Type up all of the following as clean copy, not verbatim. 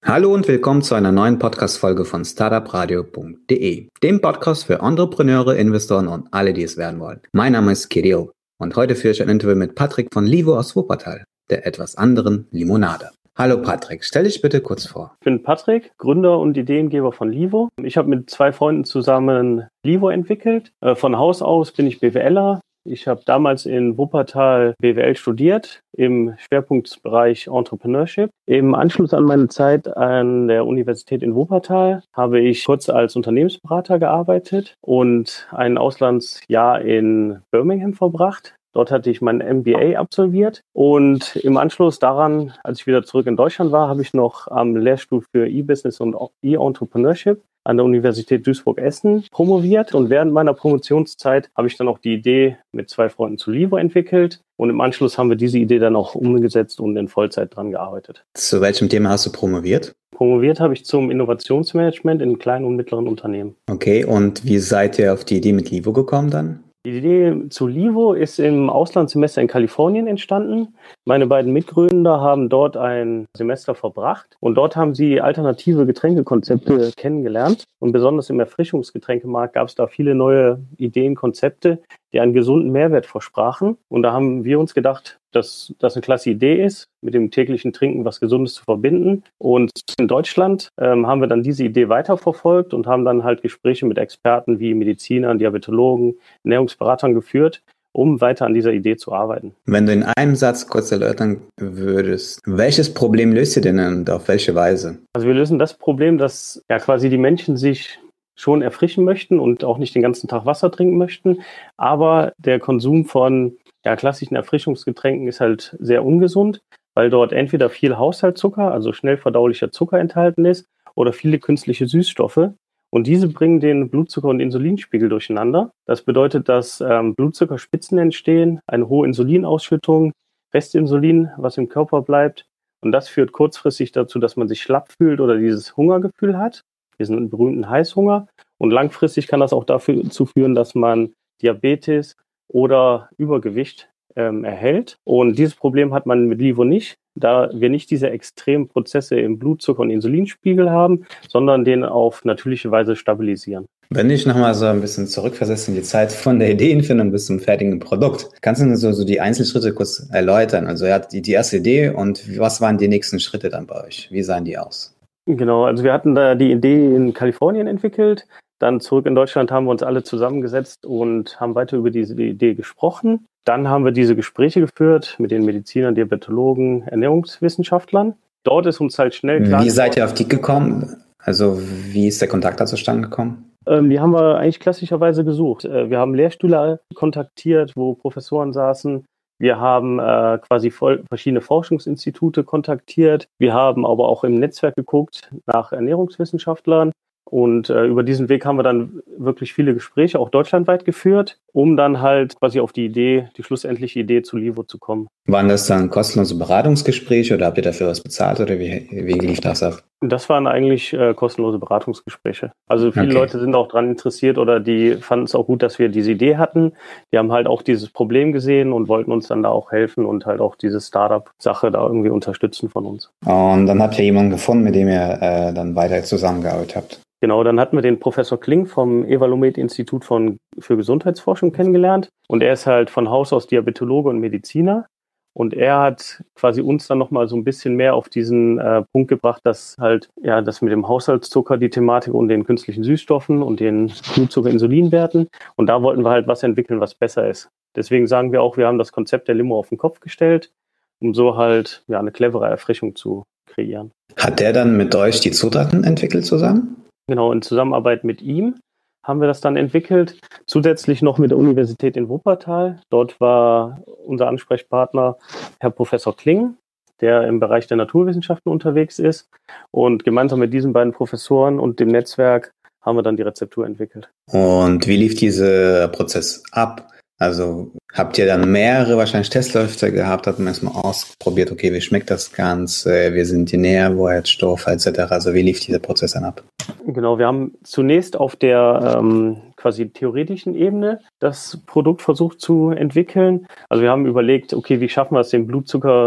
Hallo und willkommen zu einer neuen Podcast-Folge von startupradio.de, dem Podcast für Entrepreneure, Investoren und alle, die es werden wollen. Mein Name ist Kirill und heute führe ich ein Interview mit Patrick von Livo aus Wuppertal, der etwas anderen Limonade. Hallo Patrick, stell dich bitte kurz vor. Ich bin Patrick, Gründer und Ideengeber von Livo. Ich habe mit 2 Freunden zusammen Livo entwickelt. Von Haus aus bin ich BWLer. Ich habe damals in Wuppertal BWL studiert, im Schwerpunktbereich Entrepreneurship. Im Anschluss an meine Zeit an der Universität in Wuppertal habe ich kurz als Unternehmensberater gearbeitet und ein Auslandsjahr in Birmingham verbracht. Dort hatte ich mein MBA absolviert und im Anschluss daran, als ich wieder zurück in Deutschland war, habe ich noch am Lehrstuhl für E-Business und E-Entrepreneurship an der Universität Duisburg-Essen promoviert. Und während meiner Promotionszeit habe ich dann auch die Idee mit 2 Freunden zu Livo entwickelt. Und im Anschluss haben wir diese Idee dann auch umgesetzt und in Vollzeit dran gearbeitet. Zu welchem Thema hast du promoviert? Promoviert habe ich zum Innovationsmanagement in kleinen und mittleren Unternehmen. Okay, und wie seid ihr auf die Idee mit Livo gekommen dann? Die Idee zu Livo ist im Auslandssemester in Kalifornien entstanden. Meine beiden Mitgründer haben dort ein Semester verbracht und dort haben sie alternative Getränkekonzepte kennengelernt. Und besonders im Erfrischungsgetränkemarkt gab es da viele neue Ideen, Konzepte, die einen gesunden Mehrwert versprachen. Und da haben wir uns gedacht, dass das eine klasse Idee ist, mit dem täglichen Trinken was Gesundes zu verbinden. Und in Deutschland haben wir dann diese Idee weiterverfolgt und haben dann halt Gespräche mit Experten wie Medizinern, Diabetologen, Ernährungsberatern geführt, um weiter an dieser Idee zu arbeiten. Wenn du in einem Satz kurz erläutern würdest, welches Problem löst ihr denn und auf welche Weise? Also wir lösen das Problem, dass ja quasi die Menschen sich schon erfrischen möchten und auch nicht den ganzen Tag Wasser trinken möchten, aber der Konsum von klassischen Erfrischungsgetränken ist halt sehr ungesund, weil dort entweder viel Haushaltszucker, also schnell verdaulicher Zucker enthalten ist, oder viele künstliche Süßstoffe. Und diese bringen den Blutzucker- und Insulinspiegel durcheinander. Das bedeutet, dass Blutzuckerspitzen entstehen, eine hohe Insulinausschüttung, Restinsulin, was im Körper bleibt. Und das führt kurzfristig dazu, dass man sich schlapp fühlt oder dieses Hungergefühl hat, diesen berühmten Heißhunger. Und langfristig kann das auch dazu führen, dass man Diabetes oder Übergewicht erhält. Und dieses Problem hat man mit Livo nicht, da wir nicht diese extremen Prozesse im Blutzucker- und Insulinspiegel haben, sondern den auf natürliche Weise stabilisieren. Wenn ich nochmal so ein bisschen zurückversetze in die Zeit von der Ideenfindung bis zum fertigen Produkt, kannst du mir so die Einzelschritte kurz erläutern? Also die erste Idee und was waren die nächsten Schritte dann bei euch? Wie sahen die aus? Genau, also wir hatten da die Idee in Kalifornien entwickelt. Dann zurück in Deutschland haben wir uns alle zusammengesetzt und haben weiter über diese Idee gesprochen. Dann haben wir diese Gespräche geführt mit den Medizinern, Diabetologen, Ernährungswissenschaftlern. Dort ist uns halt schnell klar. Wie seid ihr auf die gekommen? Also wie ist der Kontakt da zustande gekommen? Die haben wir eigentlich klassischerweise gesucht. Wir haben Lehrstühle kontaktiert, wo Professoren saßen. Wir haben quasi verschiedene Forschungsinstitute kontaktiert. Wir haben aber auch im Netzwerk geguckt nach Ernährungswissenschaftlern. Und über diesen Weg haben wir dann wirklich viele Gespräche, auch deutschlandweit geführt, um dann halt quasi auf die schlussendliche Idee zu Livo zu kommen. Waren das dann kostenlose Beratungsgespräche oder habt ihr dafür was bezahlt oder wie lief das ab? Das waren eigentlich kostenlose Beratungsgespräche. Also viele Leute sind auch daran interessiert oder die fanden es auch gut, dass wir diese Idee hatten. Die haben halt auch dieses Problem gesehen und wollten uns dann da auch helfen und halt auch diese Startup-Sache da irgendwie unterstützen von uns. Und dann habt ihr jemanden gefunden, mit dem ihr dann weiter zusammengearbeitet habt? Genau, dann hatten wir den Professor Kling vom Evalumet-Institut für Gesundheitsforschung kennengelernt. Und er ist halt von Haus aus Diabetologe und Mediziner. Und er hat quasi uns dann nochmal so ein bisschen mehr auf diesen Punkt gebracht, dass halt, das mit dem Haushaltszucker, die Thematik und den künstlichen Süßstoffen und den Blutzucker-Insulinwerten. Und da wollten wir halt was entwickeln, was besser ist. Deswegen sagen wir auch, wir haben das Konzept der Limo auf den Kopf gestellt, um so halt eine clevere Erfrischung zu kreieren. Hat der dann mit euch die Zutaten entwickelt zusammen? Genau, in Zusammenarbeit mit ihm haben wir das dann entwickelt. Zusätzlich noch mit der Universität in Wuppertal. Dort war unser Ansprechpartner Herr Professor Kling, der im Bereich der Naturwissenschaften unterwegs ist. Und gemeinsam mit diesen beiden Professoren und dem Netzwerk haben wir dann die Rezeptur entwickelt. Und wie lief dieser Prozess ab? Also habt ihr dann mehrere wahrscheinlich Testläufe gehabt, habt ihr erstmal ausprobiert, okay, wie schmeckt das Ganze, wie sind die Nährwertstoffe etc. Also wie lief dieser Prozess dann ab? Genau, wir haben zunächst auf der quasi theoretischen Ebene das Produkt versucht zu entwickeln. Also wir haben überlegt, okay, wie schaffen wir es, den Blutzucker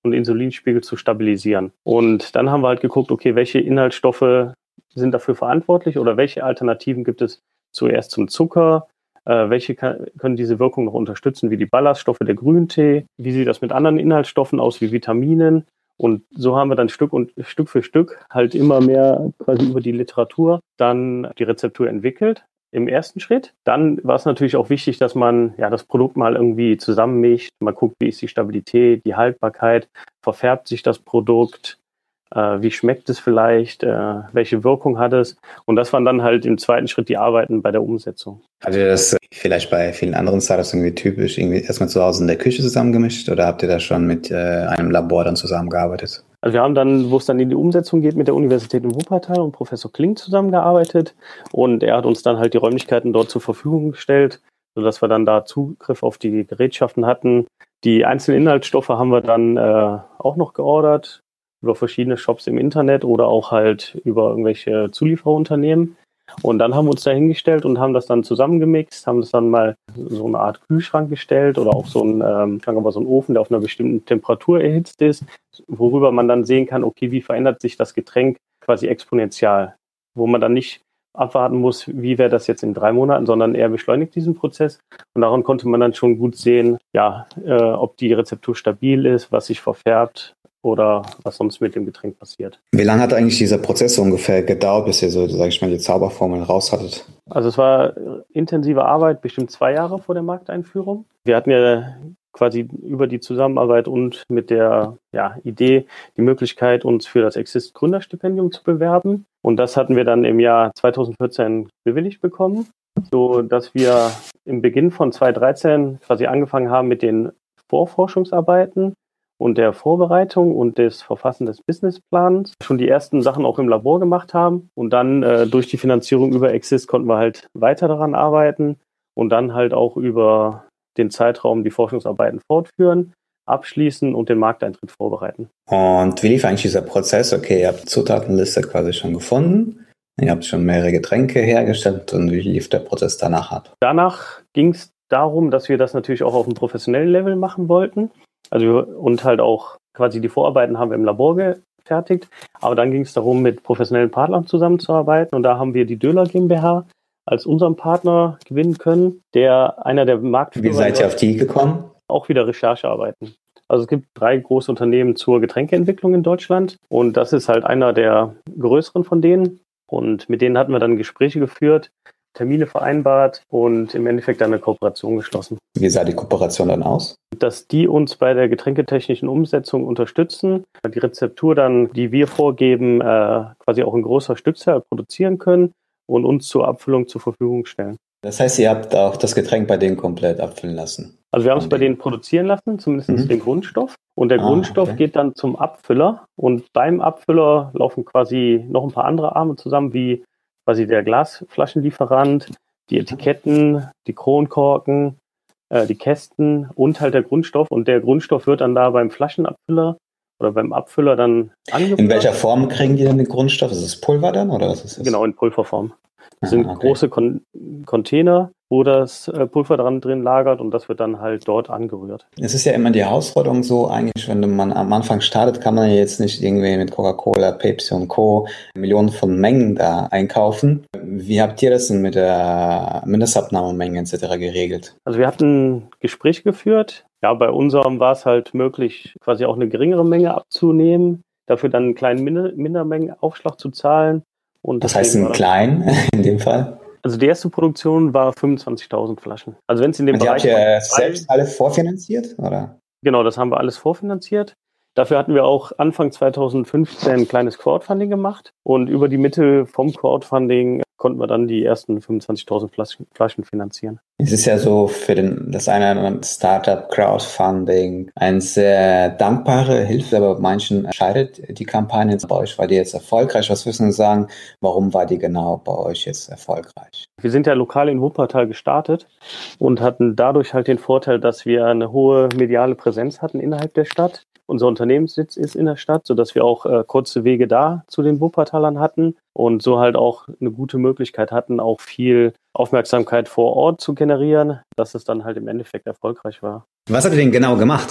und Insulinspiegel zu stabilisieren. Und dann haben wir halt geguckt, okay, welche Inhaltsstoffe sind dafür verantwortlich oder welche Alternativen gibt es zuerst zum Zucker? Welche können diese Wirkung noch unterstützen, wie die Ballaststoffe der Grüntee? Wie sieht das mit anderen Inhaltsstoffen aus, wie Vitaminen? Und so haben wir dann Stück für Stück halt immer mehr quasi über die Literatur dann die Rezeptur entwickelt im ersten Schritt. Dann war es natürlich auch wichtig, dass man ja das Produkt mal irgendwie zusammenmischt. Man guckt, wie ist die Stabilität, die Haltbarkeit, verfärbt sich das Produkt, wie schmeckt es vielleicht, welche Wirkung hat es. Und das waren dann halt im zweiten Schritt die Arbeiten bei der Umsetzung. Habt ihr das vielleicht bei vielen anderen Startups irgendwie typisch irgendwie erstmal zu Hause in der Küche zusammengemischt oder habt ihr da schon mit einem Labor dann zusammengearbeitet? Also wir haben dann, wo es dann in die Umsetzung geht, mit der Universität in Wuppertal und Professor Kling zusammengearbeitet und er hat uns dann halt die Räumlichkeiten dort zur Verfügung gestellt, sodass wir dann da Zugriff auf die Gerätschaften hatten. Die einzelnen Inhaltsstoffe haben wir dann auch noch geordert über verschiedene Shops im Internet oder auch halt über irgendwelche Zuliefererunternehmen. Und dann haben wir uns da hingestellt und haben das dann zusammengemixt, haben das dann mal so eine Art Kühlschrank gestellt oder auch so ein Ofen, der auf einer bestimmten Temperatur erhitzt ist, worüber man dann sehen kann, okay, wie verändert sich das Getränk quasi exponentiell, wo man dann nicht abwarten muss, wie wäre das jetzt in 3 Monaten, sondern er beschleunigt diesen Prozess. Und daran konnte man dann schon gut sehen, ja, ob die Rezeptur stabil ist, was sich verfärbt oder was sonst mit dem Getränk passiert. Wie lange hat eigentlich dieser Prozess ungefähr gedauert, bis ihr so, sag ich mal, die Zauberformel raus hattet? Also es war intensive Arbeit, bestimmt 2 Jahre vor der Markteinführung. Wir hatten ja quasi über die Zusammenarbeit und mit der Idee die Möglichkeit, uns für das Exist Gründerstipendium zu bewerben. Und das hatten wir dann im Jahr 2014 bewilligt bekommen, so dass wir im Beginn von 2013 quasi angefangen haben mit den Vorforschungsarbeiten und der Vorbereitung und des Verfassen des Businessplans schon die ersten Sachen auch im Labor gemacht haben. Und dann durch die Finanzierung über Exist konnten wir halt weiter daran arbeiten und dann halt auch über den Zeitraum die Forschungsarbeiten fortführen, abschließen und den Markteintritt vorbereiten. Und wie lief eigentlich dieser Prozess? Okay, ihr habt die Zutatenliste quasi schon gefunden, ihr habt schon mehrere Getränke hergestellt und wie lief der Prozess danach ab? Danach ging es darum, dass wir das natürlich auch auf einem professionellen Level machen wollten. Also und halt auch quasi die Vorarbeiten haben wir im Labor gefertigt. Aber dann ging es darum, mit professionellen Partnern zusammenzuarbeiten. Und da haben wir die Döhler GmbH als unseren Partner gewinnen können, der einer der Marktführer. Wie seid ihr auf die gekommen? Auch wieder Recherchearbeiten. Also es gibt 3 große Unternehmen zur Getränkeentwicklung in Deutschland. Und das ist halt einer der größeren von denen. Und mit denen hatten wir dann Gespräche geführt, Termine vereinbart und im Endeffekt dann eine Kooperation geschlossen. Wie sah die Kooperation dann aus? Dass die uns bei der getränketechnischen Umsetzung unterstützen, die Rezeptur dann, die wir vorgeben, quasi auch in großer Stückzahl produzieren können und uns zur Abfüllung zur Verfügung stellen. Das heißt, ihr habt auch das Getränk bei denen komplett abfüllen lassen? Also wir haben es bei denen produzieren lassen, zumindest den Grundstoff. Und der Grundstoff geht dann zum Abfüller. Und beim Abfüller laufen quasi noch ein paar andere Arme zusammen, wie quasi der Glasflaschenlieferant, die Etiketten, die Kronkorken, die Kästen und halt der Grundstoff. Und der Grundstoff wird dann da beim Flaschenabfüller oder beim Abfüller dann angefüllt. In welcher Form kriegen die denn den Grundstoff? Ist es Pulver dann oder was ist das? Genau, in Pulverform. Das sind große Container, wo das Pulver drin lagert und das wird dann halt dort angerührt. Es ist ja immer die Herausforderung so, eigentlich, wenn man am Anfang startet, kann man ja jetzt nicht irgendwie mit Coca-Cola, Pepsi und Co. Millionen von Mengen da einkaufen. Wie habt ihr das denn mit der Mindestabnahmemenge etc. geregelt? Also wir hatten Gespräche geführt. Ja, bei unserem war es halt möglich, quasi auch eine geringere Menge abzunehmen, dafür dann einen kleinen Mindermengenaufschlag zu zahlen. Und das heißt einen kleinen in dem Fall? Also die erste Produktion war 25.000 Flaschen. Also wenn es in dem Bereich... Die habt ihr selbst alle vorfinanziert, oder? Genau, das haben wir alles vorfinanziert. Dafür hatten wir auch Anfang 2015 ein kleines Crowdfunding gemacht und über die Mittel vom Crowdfunding konnten wir dann die ersten 25.000 Flaschen finanzieren. Es ist ja so für das eine Startup Crowdfunding eine sehr dankbare Hilfe, aber manchen scheidet die Kampagne bei euch. War die jetzt erfolgreich? Was müssen Sie sagen? Warum war die genau bei euch jetzt erfolgreich? Wir sind ja lokal in Wuppertal gestartet und hatten dadurch halt den Vorteil, dass wir eine hohe mediale Präsenz hatten innerhalb der Stadt. Unser Unternehmenssitz ist in der Stadt, sodass wir auch kurze Wege da zu den Wuppertalern hatten und so halt auch eine gute Möglichkeit hatten, auch viel Aufmerksamkeit vor Ort zu generieren, dass es dann halt im Endeffekt erfolgreich war. Was habt ihr denn genau gemacht?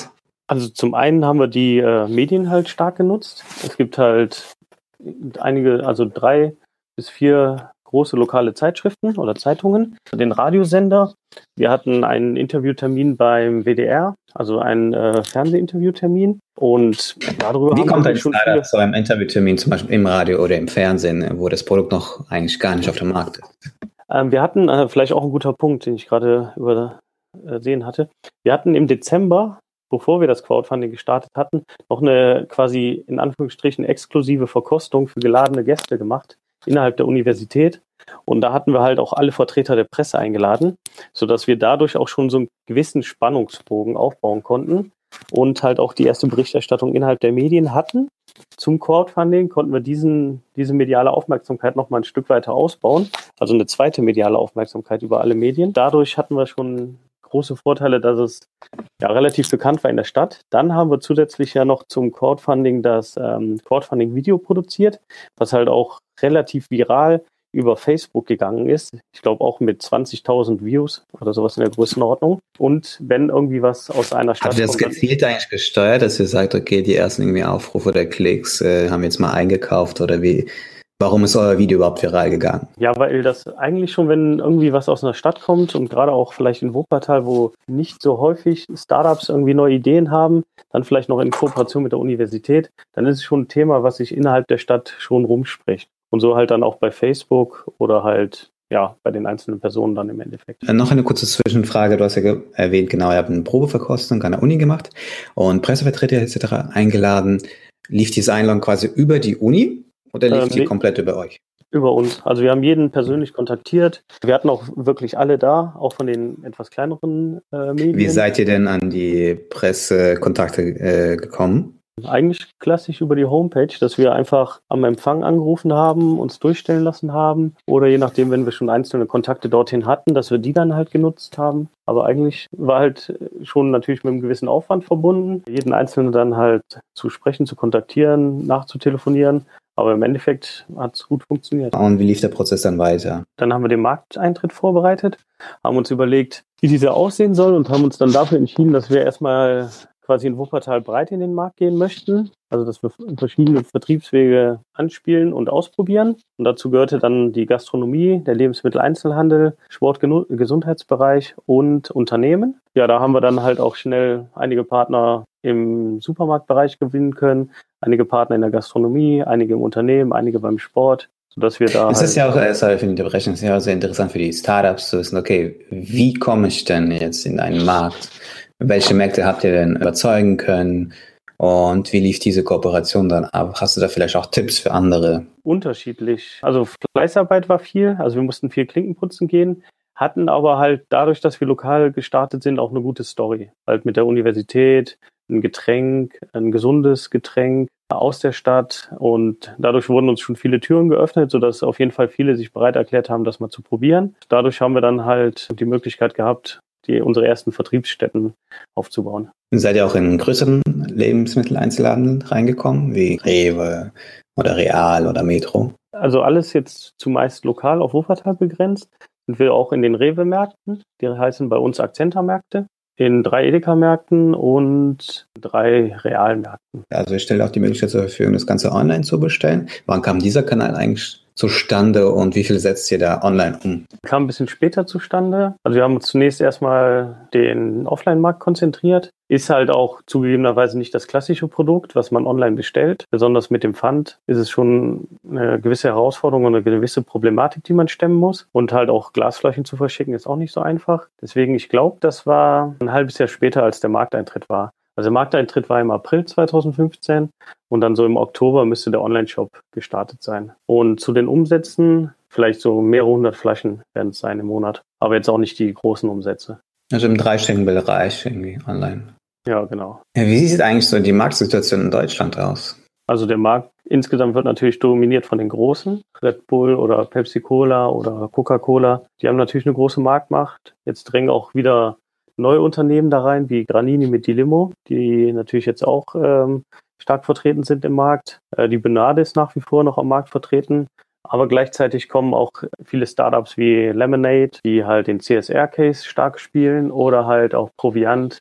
Also zum einen haben wir die Medien halt stark genutzt. Es gibt halt einige, also 3 bis 4 große lokale Zeitschriften oder Zeitungen, den Radiosender. Wir hatten einen Interviewtermin beim WDR, also einen Fernsehinterviewtermin. Und darüber Wie haben kommt wir ein schon Startup viele. zu einem Interviewtermin, zum Beispiel im Radio oder im Fernsehen, wo das Produkt noch eigentlich gar nicht auf dem Markt ist? Wir hatten, vielleicht auch ein guter Punkt, den ich gerade übersehen hatte. Wir hatten im Dezember, bevor wir das Crowdfunding gestartet hatten, noch eine quasi in Anführungsstrichen exklusive Verkostung für geladene Gäste gemacht innerhalb der Universität. Und da hatten wir halt auch alle Vertreter der Presse eingeladen, sodass wir dadurch auch schon so einen gewissen Spannungsbogen aufbauen konnten und halt auch die erste Berichterstattung innerhalb der Medien hatten. Zum Crowdfunding konnten wir diese mediale Aufmerksamkeit noch mal ein Stück weiter ausbauen, also eine zweite mediale Aufmerksamkeit über alle Medien. Dadurch hatten wir schon große Vorteile, dass es ja relativ bekannt war in der Stadt. Dann haben wir zusätzlich ja noch zum Crowdfunding das Crowdfunding-Video produziert, was halt auch relativ viral über Facebook gegangen ist. Ich glaube auch mit 20.000 Views oder sowas in der Größenordnung. Und wenn irgendwie was aus einer Stadt Habt ihr das kommt, gezielt eigentlich gesteuert, dass ihr sagt, okay, die ersten irgendwie Aufrufe oder Klicks haben wir jetzt mal eingekauft oder wie? Warum ist euer Video überhaupt viral gegangen? ja, weil das eigentlich schon, wenn irgendwie was aus einer Stadt kommt und gerade auch vielleicht in Wuppertal, wo nicht so häufig Startups irgendwie neue Ideen haben, dann vielleicht noch in Kooperation mit der Universität, dann ist es schon ein Thema, was sich innerhalb der Stadt schon rumspricht. Und so halt dann auch bei Facebook oder halt ja bei den einzelnen Personen dann im Endeffekt. Noch eine kurze Zwischenfrage. Du hast ja erwähnt, genau, ihr habt eine Probeverkostung an der Uni gemacht und Pressevertreter etc. eingeladen. Lief diese Einladung quasi über die Uni oder lief die komplett über euch? Über uns. Also wir haben jeden persönlich kontaktiert. Wir hatten auch wirklich alle da, auch von den etwas kleineren Medien. Wie seid ihr denn an die Pressekontakte gekommen? Eigentlich klassisch über die Homepage, dass wir einfach am Empfang angerufen haben, uns durchstellen lassen haben oder je nachdem, wenn wir schon einzelne Kontakte dorthin hatten, dass wir die dann halt genutzt haben. Aber eigentlich war halt schon natürlich mit einem gewissen Aufwand verbunden, jeden Einzelnen dann halt zu sprechen, zu kontaktieren, nachzutelefonieren. Aber im Endeffekt hat es gut funktioniert. Und wie lief der Prozess dann weiter? Dann haben wir den Markteintritt vorbereitet, haben uns überlegt, wie dieser aussehen soll und haben uns dann dafür entschieden, dass wir erstmal quasi in Wuppertal breit in den Markt gehen möchten. Also dass wir verschiedene Vertriebswege anspielen und ausprobieren. Und dazu gehörte dann die Gastronomie, der Lebensmitteleinzelhandel, Sport-Gesundheitsbereich und Unternehmen. Ja, da haben wir dann halt auch schnell einige Partner im Supermarktbereich gewinnen können, einige Partner in der Gastronomie, einige im Unternehmen, einige beim Sport, sodass wir da. Es ist ja auch, sorry für die Unterbrechung, es ist ja auch sehr interessant für die Startups zu wissen, okay, wie komme ich denn jetzt in einen Markt? Welche Märkte habt ihr denn überzeugen können? Und wie lief diese Kooperation dann ab? Hast du da vielleicht auch Tipps für andere? Unterschiedlich. Also Fleißarbeit war viel, also wir mussten viel Klinken putzen gehen, hatten aber halt dadurch, dass wir lokal gestartet sind, auch eine gute Story. Halt mit der Universität, ein Getränk, ein gesundes Getränk aus der Stadt und dadurch wurden uns schon viele Türen geöffnet, sodass auf jeden Fall viele sich bereit erklärt haben, das mal zu probieren. Dadurch haben wir dann halt die Möglichkeit gehabt, unsere ersten Vertriebsstätten aufzubauen. Seid ihr auch in größeren Lebensmitteleinzelhandel reingekommen, wie Rewe oder Real oder Metro? Also alles jetzt zumeist lokal auf Wuppertal begrenzt. Sind wir auch in den Rewe-Märkten, die heißen bei uns Akzenta-Märkte, in 3 Edeka-Märkten und 3 Realmärkten. Also ich stelle auch die Möglichkeit zur Verfügung, das Ganze online zu bestellen. Wann kam dieser Kanal eigentlich zustande und wie viel setzt ihr da online um? Kam ein bisschen später zustande. Also wir haben uns zunächst erstmal den Offline-Markt konzentriert. Ist halt auch zugegebenerweise nicht das klassische Produkt, was man online bestellt. Besonders mit dem Pfand ist es schon eine gewisse Herausforderung und eine gewisse Problematik, die man stemmen muss. Und halt auch Glasflaschen zu verschicken ist auch nicht so einfach. Deswegen, ich glaube, das war ein halbes Jahr später, als der Markteintritt war. Also der Markteintritt war im April 2015 und dann so im Oktober müsste der Online-Shop gestartet sein. Und zu den Umsätzen, vielleicht so mehrere hundert Flaschen werden es sein im Monat, aber jetzt auch nicht die großen Umsätze. Also im dreistelligen Bereich irgendwie online. Ja, genau. Ja, wie sieht eigentlich so die Marktsituation in Deutschland aus? Also der Markt insgesamt wird natürlich dominiert von den Großen, Red Bull oder Pepsi Cola oder Coca-Cola. Die haben natürlich eine große Marktmacht. Jetzt drängen auch wieder neue Unternehmen da rein, wie Granini mit die Limo, die natürlich jetzt auch stark vertreten sind im Markt. Die Benade ist nach wie vor noch am Markt vertreten. Aber gleichzeitig kommen auch viele Startups wie Lemonade, die halt den CSR-Case stark spielen oder halt auch Proviant,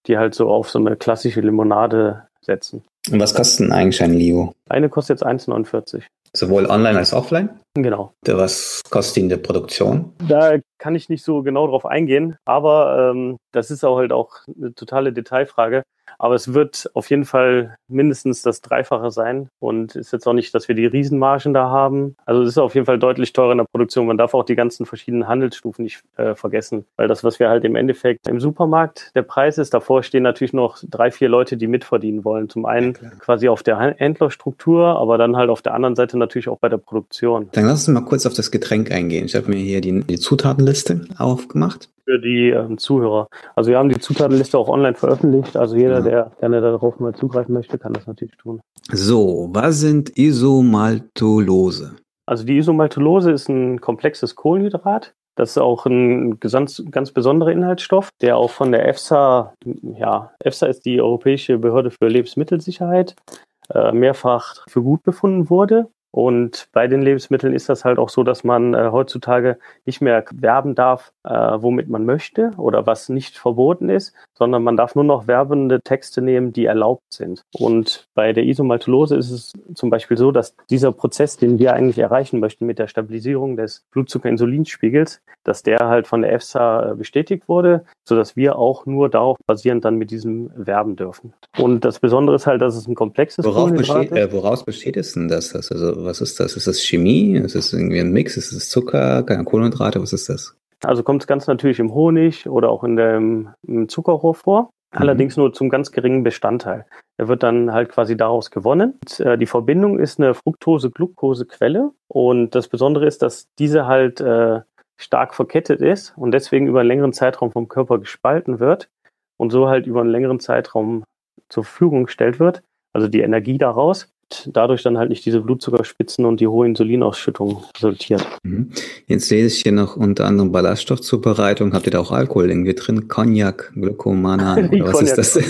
die halt so auf so eine klassische Limonade setzen. Und was kostet denn eigentlich ein Livo? Eine kostet jetzt 1,49. Sowohl online als offline? Genau. Was kostet in der Produktion? Da kann ich nicht so genau drauf eingehen, aber das ist auch halt auch eine totale Detailfrage. Aber es wird auf jeden Fall mindestens das Dreifache sein und ist jetzt auch nicht, dass wir die Riesenmargen da haben. Also es ist auf jeden Fall deutlich teurer in der Produktion. Man darf auch die ganzen verschiedenen Handelsstufen nicht vergessen, weil das, was wir halt im Endeffekt im Supermarkt der Preis ist, davor stehen natürlich noch 3, 4 Leute, die mitverdienen wollen. Zum einen quasi auf der Händlerstruktur, aber dann halt auf der anderen Seite natürlich auch bei der Produktion. Dann lass uns mal kurz auf das Getränk eingehen. Ich habe mir hier die Zutatenliste aufgemacht. Für die Zuhörer. Also wir haben die Zutatenliste auch online veröffentlicht. Also jeder, der gerne darauf mal zugreifen möchte, kann das natürlich tun. So, was sind Isomaltulose? Also die Isomaltulose ist ein komplexes Kohlenhydrat. Das ist auch ein ganz besonderer Inhaltsstoff, der auch von der EFSA, EFSA ist die Europäische Behörde für Lebensmittelsicherheit, mehrfach für gut befunden wurde. Und bei den Lebensmitteln ist das halt auch so, dass man heutzutage nicht mehr werben darf, womit man möchte oder was nicht verboten ist, sondern man darf nur noch werbende Texte nehmen, die erlaubt sind. Und bei der Isomaltulose ist es zum Beispiel so, dass dieser Prozess, den wir eigentlich erreichen möchten mit der Stabilisierung des Blutzucker-Insulinspiegels, dass der halt von der EFSA bestätigt wurde, sodass wir auch nur darauf basierend dann mit diesem werben dürfen. Und das Besondere ist halt, dass es ein komplexes Kohlenhydrat ist. Woraus besteht es denn das? Also was ist das? Ist das Chemie? Ist das irgendwie ein Mix? Ist es Zucker? Keine Kohlenhydrate? Was ist das? Also kommt es ganz natürlich im Honig oder auch im Zuckerrohr vor. Allerdings nur zum ganz geringen Bestandteil. Er wird dann halt quasi daraus gewonnen. Und, die Verbindung ist eine Fructose-Glucose-Quelle. Und das Besondere ist, dass diese halt stark verkettet ist und deswegen über einen längeren Zeitraum vom Körper gespalten wird und so halt über einen längeren Zeitraum zur Verfügung gestellt wird. Also die Energie daraus. Dadurch dann halt nicht diese Blutzuckerspitzen und die hohe Insulinausschüttung resultiert. Jetzt lese ich hier noch unter anderem Ballaststoffzubereitung. Habt ihr da auch Alkohol irgendwie drin? Cognac, Glykomanan oder was ist das?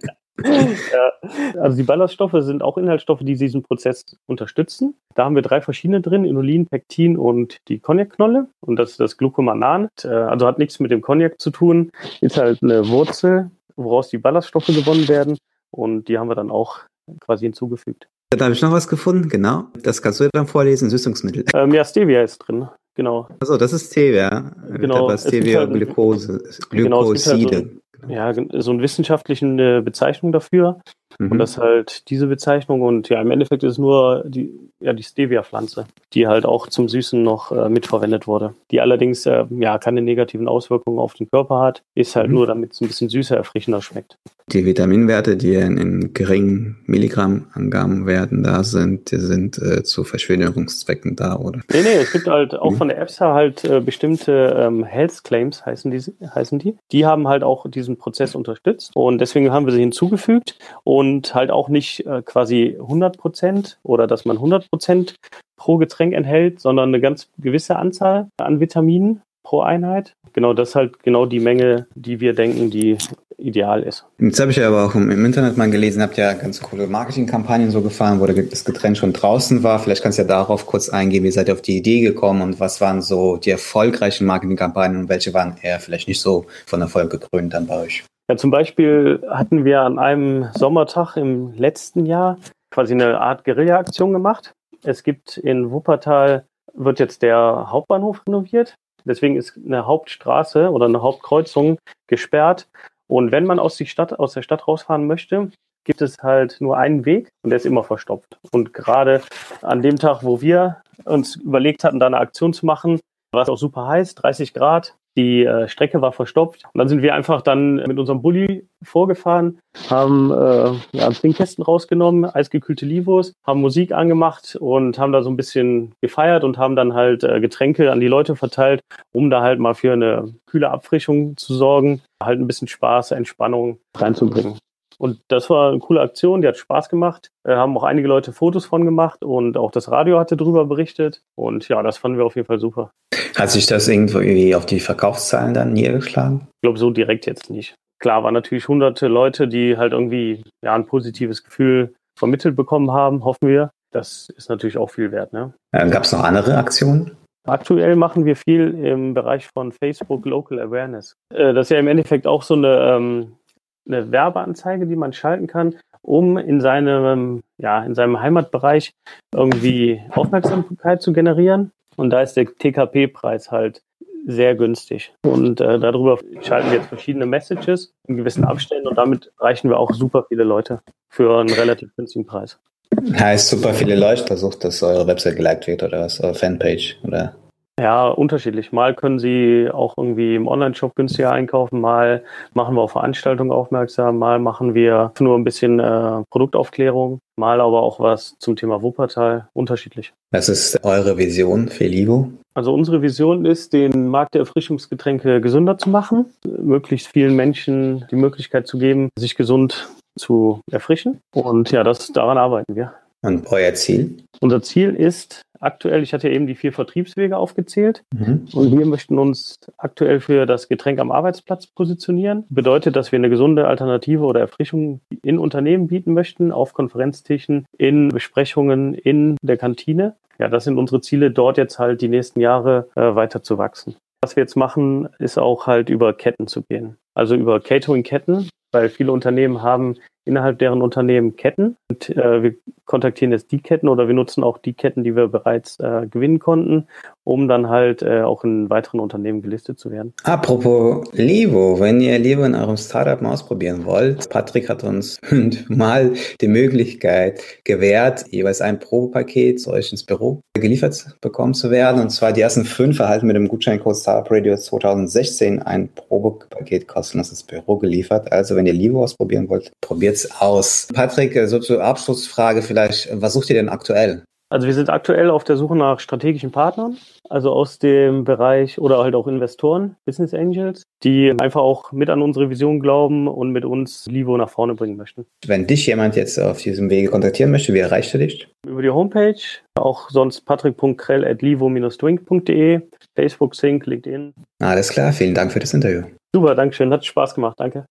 Ja, also die Ballaststoffe sind auch Inhaltsstoffe, die diesen Prozess unterstützen. Da haben wir 3 verschiedene drin, Inulin, Pektin und die Cognac-Knolle. Und das ist das Glucomanan. Also hat nichts mit dem Cognac zu tun. Ist halt eine Wurzel, woraus die Ballaststoffe gewonnen werden. Und die haben wir dann auch quasi hinzugefügt. Da habe ich noch was gefunden, genau. Das kannst du dann vorlesen, Süßungsmittel. Ja, Stevia ist drin, genau. Also das ist Stevia. Genau. Stevia Glukoside. Genau, es gibt halt so eine wissenschaftliche Bezeichnung dafür. Und das ist halt diese Bezeichnung. Und ja, im Endeffekt ist es nur die Stevia-Pflanze, die halt auch zum Süßen noch mitverwendet wurde. Die allerdings keine negativen Auswirkungen auf den Körper hat, ist halt nur, damit es ein bisschen süßer, erfrischender schmeckt. Die Vitaminwerte, die in geringen Milligrammangaben werden, die sind zu Verschönerungszwecken da, oder? Nee, es gibt halt auch von der EFSA halt bestimmte Health Claims, heißen die. Die haben halt auch diesen Prozess unterstützt und deswegen haben wir sie hinzugefügt und halt auch nicht quasi 100% oder dass man 100% pro Getränk enthält, sondern eine ganz gewisse Anzahl an Vitaminen pro Einheit. Genau, das ist halt genau die Menge, die wir denken, die ideal ist. Jetzt habe ich ja aber auch im Internet mal gelesen, habt ja ganz coole Marketingkampagnen so gefahren, wo das Getränk schon draußen war. Vielleicht kannst du ja darauf kurz eingehen, wie seid ihr auf die Idee gekommen und was waren so die erfolgreichen Marketingkampagnen und welche waren eher vielleicht nicht so von Erfolg gekrönt dann bei euch? Ja, zum Beispiel hatten wir an einem Sommertag im letzten Jahr quasi eine Art Guerilla-Aktion gemacht. Es gibt in Wuppertal, wird jetzt der Hauptbahnhof renoviert. Deswegen ist eine Hauptstraße oder eine Hauptkreuzung gesperrt. Und wenn man aus der Stadt rausfahren möchte, gibt es halt nur einen Weg und der ist immer verstopft. Und gerade an dem Tag, wo wir uns überlegt hatten, da eine Aktion zu machen, war es auch super heiß, 30 Grad. Die Strecke war verstopft. Und dann sind wir einfach dann mit unserem Bulli vorgefahren, haben 10 Kästen rausgenommen, eisgekühlte Livos, haben Musik angemacht und haben da so ein bisschen gefeiert und haben dann halt Getränke an die Leute verteilt, um da halt mal für eine kühle Abfrischung zu sorgen, halt ein bisschen Spaß, Entspannung reinzubringen. Und das war eine coole Aktion, die hat Spaß gemacht. Haben auch einige Leute Fotos von gemacht und auch das Radio hatte drüber berichtet. Und ja, das fanden wir auf jeden Fall super. Hat sich das irgendwie auf die Verkaufszahlen dann niedergeschlagen? Ich glaube, so direkt jetzt nicht. Klar, waren natürlich hunderte Leute, die halt irgendwie ein positives Gefühl vermittelt bekommen haben, hoffen wir. Das ist natürlich auch viel wert, ne? Gab es noch andere Aktionen? Aktuell machen wir viel im Bereich von Facebook Local Awareness. Das ist ja im Endeffekt auch so eine eine Werbeanzeige, die man schalten kann, um in seinem Heimatbereich irgendwie Aufmerksamkeit zu generieren. Und da ist der TKP-Preis halt sehr günstig. Und darüber schalten wir jetzt verschiedene Messages in gewissen Abständen und damit erreichen wir auch super viele Leute für einen relativ günstigen Preis. Heißt super viele Leute versucht, dass eure Website geliked wird oder was, eure Fanpage oder? Ja, unterschiedlich. Mal können Sie auch irgendwie im Online-Shop günstiger einkaufen, mal machen wir auf Veranstaltungen aufmerksam, mal machen wir nur ein bisschen Produktaufklärung, mal aber auch was zum Thema Wuppertal, unterschiedlich. Was ist eure Vision für Livo? Also unsere Vision ist, den Markt der Erfrischungsgetränke gesünder zu machen, möglichst vielen Menschen die Möglichkeit zu geben, sich gesund zu erfrischen. Und ja, daran arbeiten wir. Und euer Ziel? Unser Ziel ist aktuell, ich hatte ja eben die 4 Vertriebswege aufgezählt, und wir möchten uns aktuell für das Getränk am Arbeitsplatz positionieren. Bedeutet, dass wir eine gesunde Alternative oder Erfrischung in Unternehmen bieten möchten, auf Konferenztischen, in Besprechungen, in der Kantine. Ja, das sind unsere Ziele, dort jetzt halt die nächsten Jahre weiter zu wachsen. Was wir jetzt machen, ist auch halt über Ketten zu gehen. Also über Catering-Ketten, weil viele Unternehmen haben innerhalb deren Unternehmen Ketten. Und wir kontaktieren jetzt die Ketten oder wir nutzen auch die Ketten, die wir bereits gewinnen konnten, um dann halt auch in weiteren Unternehmen gelistet zu werden. Apropos Livo, wenn ihr Livo in eurem Startup mal ausprobieren wollt, Patrick hat uns mal die Möglichkeit gewährt, jeweils ein Probepaket zu euch ins Büro geliefert bekommen zu werden. Und zwar die ersten 5 erhalten mit dem Gutscheincode Startup Radio 2016 ein Probepaket kostenlos ins Büro geliefert. Also wenn ihr Livo ausprobieren wollt, probiert's aus. Patrick, so zur Abschlussfrage vielleicht, was sucht ihr denn aktuell? Also wir sind aktuell auf der Suche nach strategischen Partnern, also aus dem Bereich oder halt auch Investoren, Business Angels, die einfach auch mit an unsere Vision glauben und mit uns Livo nach vorne bringen möchten. Wenn dich jemand jetzt auf diesem Wege kontaktieren möchte, wie erreicht er dich? Über die Homepage, auch sonst patrick.krell@livo-drink.de, Facebook, Sync, LinkedIn. Alles klar, vielen Dank für das Interview. Super, Dankeschön, hat Spaß gemacht, danke.